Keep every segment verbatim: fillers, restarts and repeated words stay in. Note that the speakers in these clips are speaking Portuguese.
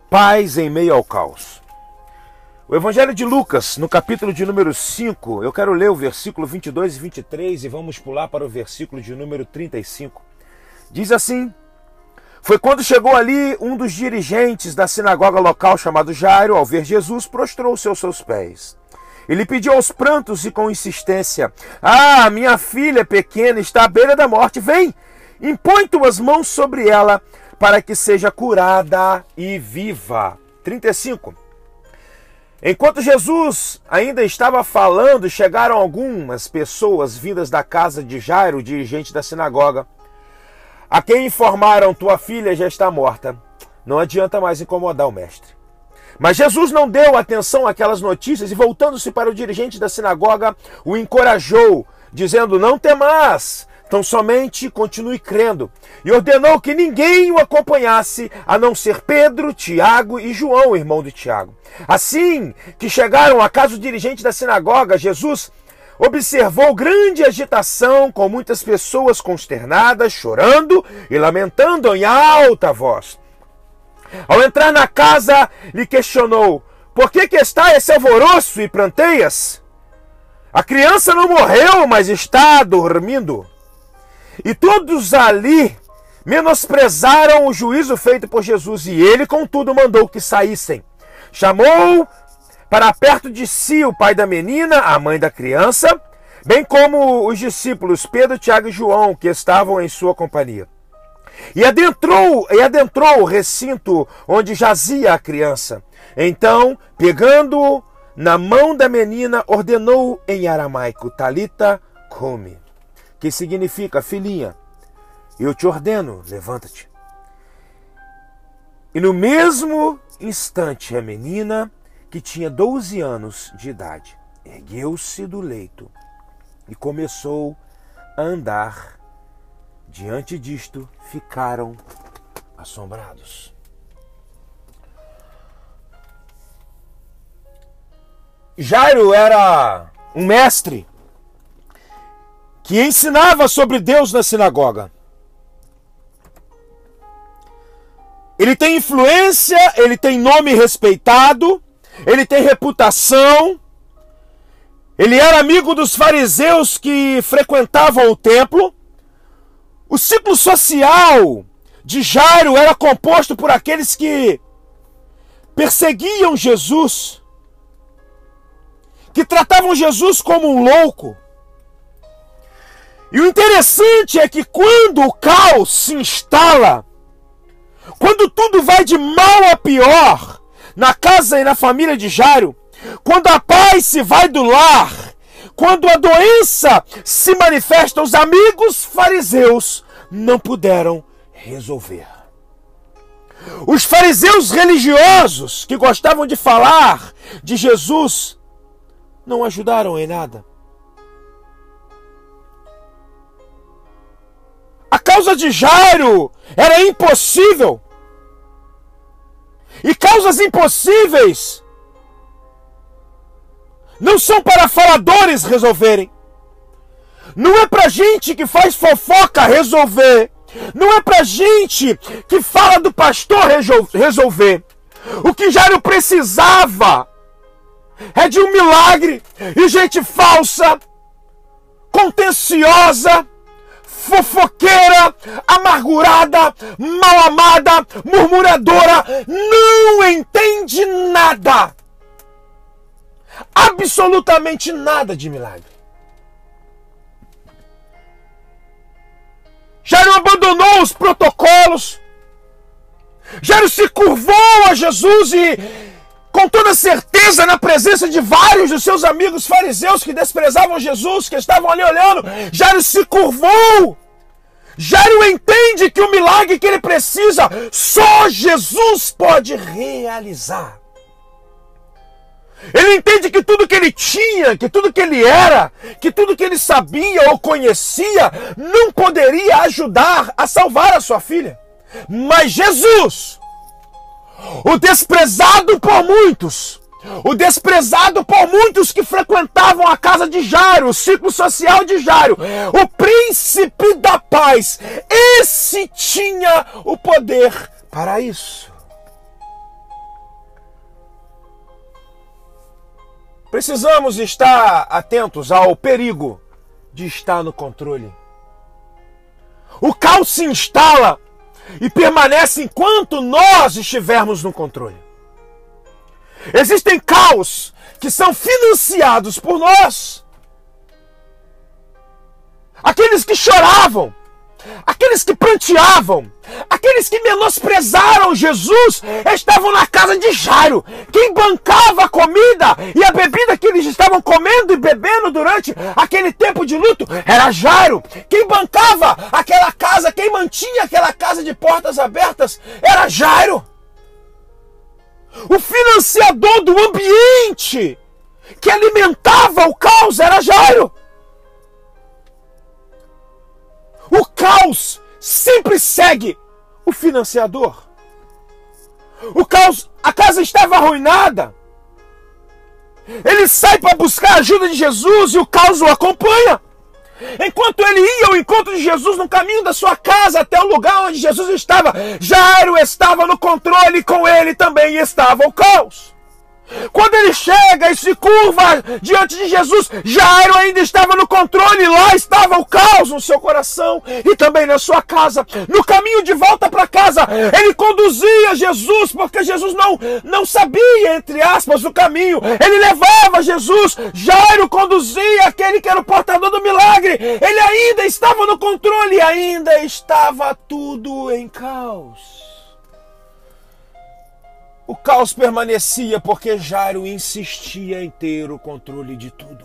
Paz em meio ao caos. O Evangelho de Lucas, no capítulo de número cinco, eu quero ler o versículo vinte e dois e vinte e três e vamos pular para o versículo de número trinta e cinco. Diz assim: foi quando chegou ali um dos dirigentes da sinagoga local chamado Jairo, ao ver Jesus, prostrou-se aos seus pés. Ele pediu aos prantos e com insistência: ah, minha filha pequena está à beira da morte, vem, impõe tuas mãos sobre ela, para que seja curada e viva. trinta e cinco. Enquanto Jesus ainda estava falando, chegaram algumas pessoas vindas da casa de Jairo, dirigente da sinagoga, a quem informaram: tua filha já está morta, não adianta mais incomodar o mestre. Mas Jesus não deu atenção àquelas notícias e, voltando-se para o dirigente da sinagoga, o encorajou, dizendo: não temas, tão somente continue crendo. E ordenou que ninguém o acompanhasse, a não ser Pedro, Tiago e João, irmão de Tiago. Assim que chegaram à casa do dirigente da sinagoga, Jesus observou grande agitação, com muitas pessoas consternadas, chorando e lamentando em alta voz. Ao entrar na casa, lhe questionou: por que que está esse alvoroço e planteias? A criança não morreu, mas está dormindo. E todos ali menosprezaram o juízo feito por Jesus, e ele, contudo, mandou que saíssem. Chamou para perto de si o pai da menina, a mãe da criança, bem como os discípulos Pedro, Tiago e João, que estavam em sua companhia. E adentrou, e adentrou o recinto onde jazia a criança. Então, pegando na mão da menina, ordenou em aramaico: Talita cumi, que significa: filhinha, eu te ordeno, levanta-te. E no mesmo instante, a menina, que tinha doze anos de idade, ergueu-se do leito e começou a andar. Diante disto, ficaram assombrados. Jairo era um mestre que ensinava sobre Deus na sinagoga. Ele tem influência, ele tem nome respeitado, ele tem reputação. Ele era amigo dos fariseus que frequentavam o templo. O ciclo social de Jairo era composto por aqueles que perseguiam Jesus, que tratavam Jesus como um louco. E o interessante é que quando o caos se instala, quando tudo vai de mal a pior na casa e na família de Jairo, quando a paz se vai do lar, quando a doença se manifesta, os amigos fariseus não puderam resolver. Os fariseus religiosos que gostavam de falar de Jesus não ajudaram em nada. A causa de Jairo era impossível. E causas impossíveis não são para faladores resolverem. Não é para gente que faz fofoca resolver. Não é para gente que fala do pastor resolver. O que Jairo precisava é de um milagre. E gente falsa, contenciosa, fofoqueira, amargurada, mal amada, murmuradora, não entende nada. Absolutamente nada de milagre. Jairo abandonou os protocolos. Jairo se curvou a Jesus e, com toda certeza, na presença de vários dos seus amigos fariseus que desprezavam Jesus, que estavam ali olhando, Jairo se curvou. Jairo entende que o milagre que ele precisa, só Jesus pode realizar. Ele entende que tudo que ele tinha, que tudo que ele era, que tudo que ele sabia ou conhecia, não poderia ajudar a salvar a sua filha. Mas Jesus, o desprezado por muitos, o desprezado por muitos que frequentavam a casa de Jairo, o ciclo social de Jairo, o príncipe da paz, esse tinha o poder para isso. Precisamos estar atentos ao perigo de estar no controle. O caos se instala e permanece enquanto nós estivermos no controle. Existem caos que são financiados por nós. Aqueles que choravam, aqueles que pranteavam, aqueles que menosprezaram Jesus estavam na casa de Jairo. Quem bancava a comida e a bebida que eles estavam comendo e bebendo durante aquele tempo de luto era Jairo. Quem bancava aquela casa, quem mantinha aquela casa de portas abertas era Jairo. O financiador do ambiente que alimentava o caos era Jairo. O caos sempre segue o financiador. O caos, a casa estava arruinada. Ele sai para buscar a ajuda de Jesus e o caos o acompanha. Enquanto ele ia ao encontro de Jesus no caminho da sua casa até o lugar onde Jesus estava, Jairo estava no controle, com ele também estava o caos. Quando ele chega e se curva diante de Jesus, Jairo ainda estava no controle, lá estava o caos no seu coração e também na sua casa. No caminho de volta para casa, ele conduzia Jesus, porque Jesus não, não sabia, entre aspas, o caminho. Ele levava Jesus, Jairo conduzia aquele que era o portador do milagre. Ele ainda estava no controle, ainda estava tudo em caos. O caos permanecia porque Jairo insistia em ter o controle de tudo.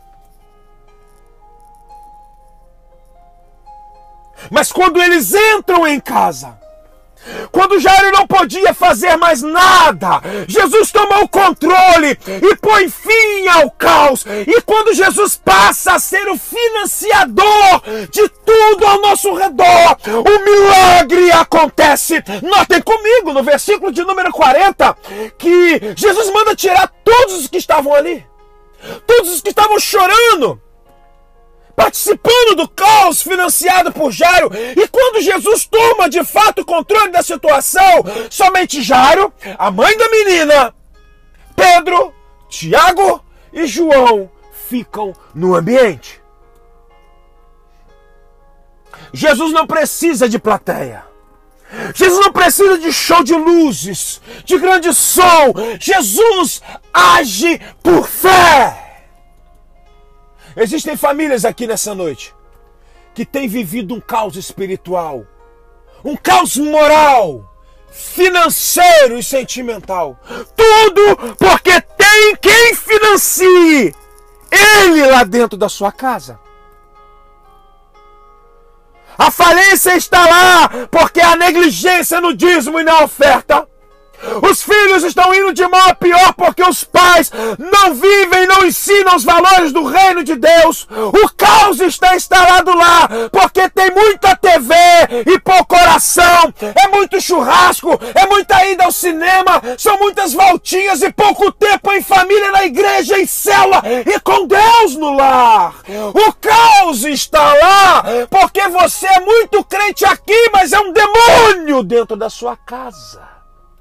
Mas quando eles entram em casa, quando Jairo não podia fazer mais nada, Jesus toma o controle e põe fim ao caos. E quando Jesus passa a ser o financiador de tudo ao nosso redor, o milagre acontece. Notem comigo no versículo de número quarenta que Jesus manda tirar todos os que estavam ali, todos os que estavam chorando, participando do caos financiado por Jairo. E quando Jesus toma de fato o controle da situação, somente Jairo, a mãe da menina, Pedro, Tiago e João ficam no ambiente. Jesus não precisa de plateia. Jesus não precisa de show de luzes, de grande som. Jesus age por fé. Existem famílias aqui nessa noite que têm vivido um caos espiritual, um caos moral, financeiro e sentimental. Tudo porque tem quem financie ele lá dentro da sua casa. A falência está lá porque há negligência no dízimo e na oferta. Os filhos estão indo de mal a pior porque os pais não vivem, não ensinam os valores do reino de Deus. O caos está instalado lá porque tem muita T V e pouco coração. É muito churrasco, é muita ida ao cinema, são muitas voltinhas e pouco tempo em família, na igreja, em célula e com Deus no lar. O caos está lá porque você é muito crente aqui, mas é um demônio dentro da sua casa.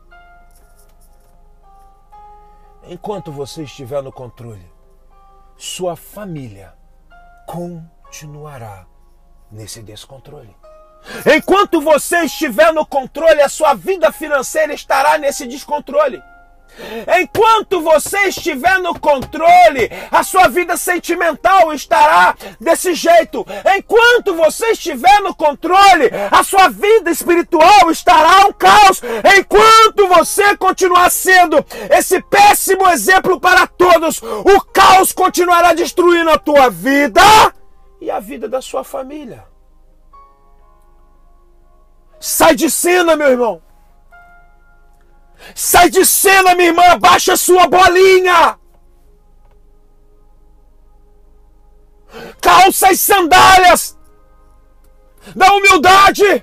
Enquanto você estiver no controle, sua família continuará nesse descontrole. Enquanto você estiver no controle, a sua vida financeira estará nesse descontrole. Enquanto você estiver no controle, a sua vida sentimental estará desse jeito. Enquanto você estiver no controle, a sua vida espiritual estará um caos. Enquanto você continuar sendo esse péssimo exemplo para todos, o caos continuará destruindo a tua vida e a vida da sua família. Sai de cena, meu irmão. Sai de cena, minha irmã, abaixa sua bolinha. Calça as sandálias da humildade.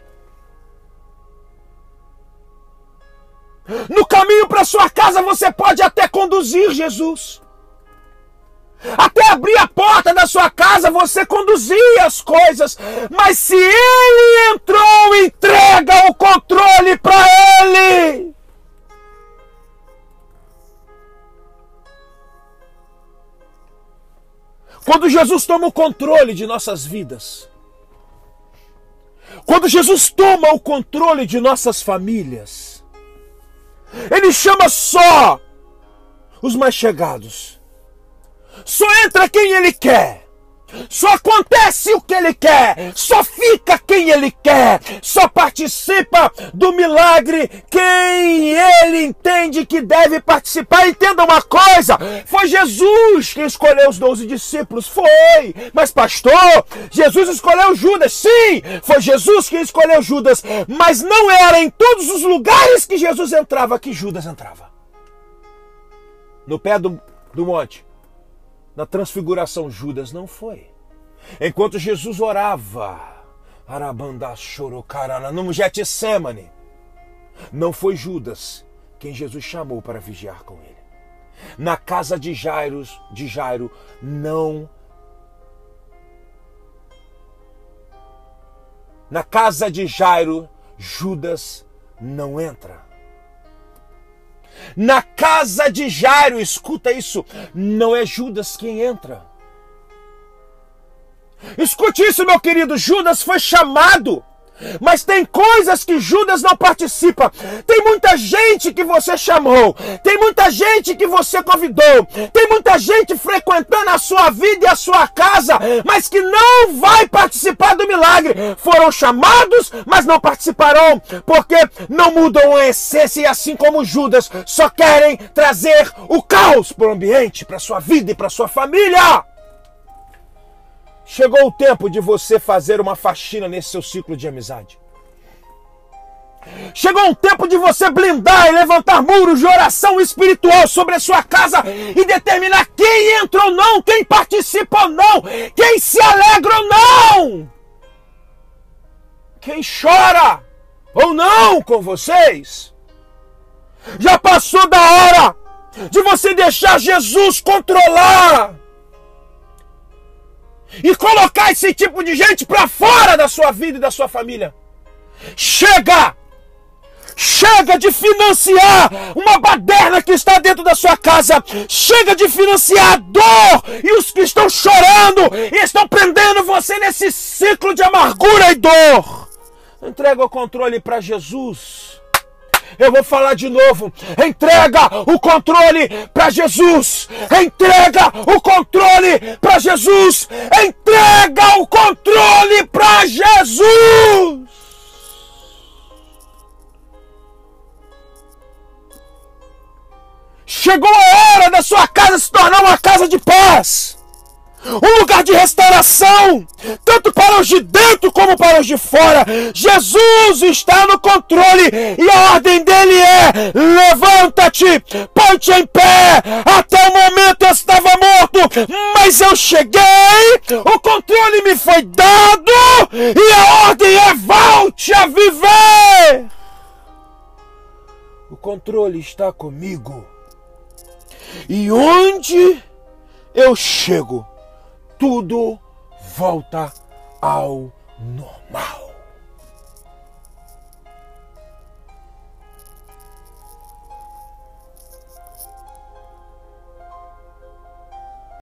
No caminho para sua casa você pode até conduzir Jesus. Até abrir a porta da sua casa você conduzia as coisas. Mas se ele entrou, entrega o controle para ele. Jesus toma o controle de nossas vidas, quando Jesus toma o controle de nossas famílias, Ele chama só os mais chegados. Só entra quem Ele quer. Só acontece o que Ele quer. Só fica quem Ele quer. Só participa do milagre quem Ele entende que deve participar. Entenda uma coisa. Foi Jesus quem escolheu os doze discípulos. Foi. Mas pastor, Jesus escolheu Judas. Sim, foi Jesus quem escolheu Judas. Mas não era em todos os lugares que Jesus entrava que Judas entrava. No pé do, do monte, na transfiguração, Judas não foi. Enquanto Jesus orava, no Getsemane, não foi Judas quem Jesus chamou para vigiar com ele. Na casa de Jairo, de Jairo, não. Na casa de Jairo, Judas não entra. Na casa de Jairo, escuta isso, não é Judas quem entra. Escute isso, meu querido, Judas foi chamado, mas tem coisas que Judas não participa. Tem muita gente que você chamou, tem muita gente que você convidou, tem muita gente frequentando a sua vida e a sua casa, mas que não vai participar do milagre. Foram chamados, mas não participarão, porque não mudam a essência e, assim como Judas, só querem trazer o caos para o ambiente, para a sua vida e para a sua família. Chegou o tempo de você fazer uma faxina nesse seu ciclo de amizade. Chegou o tempo de você blindar e levantar muros de oração espiritual sobre a sua casa e determinar quem entra ou não, quem participa ou não, quem se alegra ou não, quem chora ou não com vocês. Já passou da hora de você deixar Jesus controlar e colocar esse tipo de gente para fora da sua vida e da sua família. Chega! Chega de financiar uma baderna que está dentro da sua casa. Chega de financiar a dor e os que estão chorando e estão prendendo você nesse ciclo de amargura e dor. Entrega o controle para Jesus. Eu vou falar de novo. Entrega o controle para Jesus. Entrega o controle para Jesus. Entrega o controle para Jesus. Chegou a hora da sua casa se tornar uma casa de paz. Um lugar de restauração, tanto para os de dentro como para os de fora. Jesus está no controle e a ordem dele é: levanta-te, põe-te em pé. Até o momento eu estava morto, mas eu cheguei, o controle me foi dado e a ordem é: volte a viver. O controle está comigo e onde eu chego, tudo volta ao normal.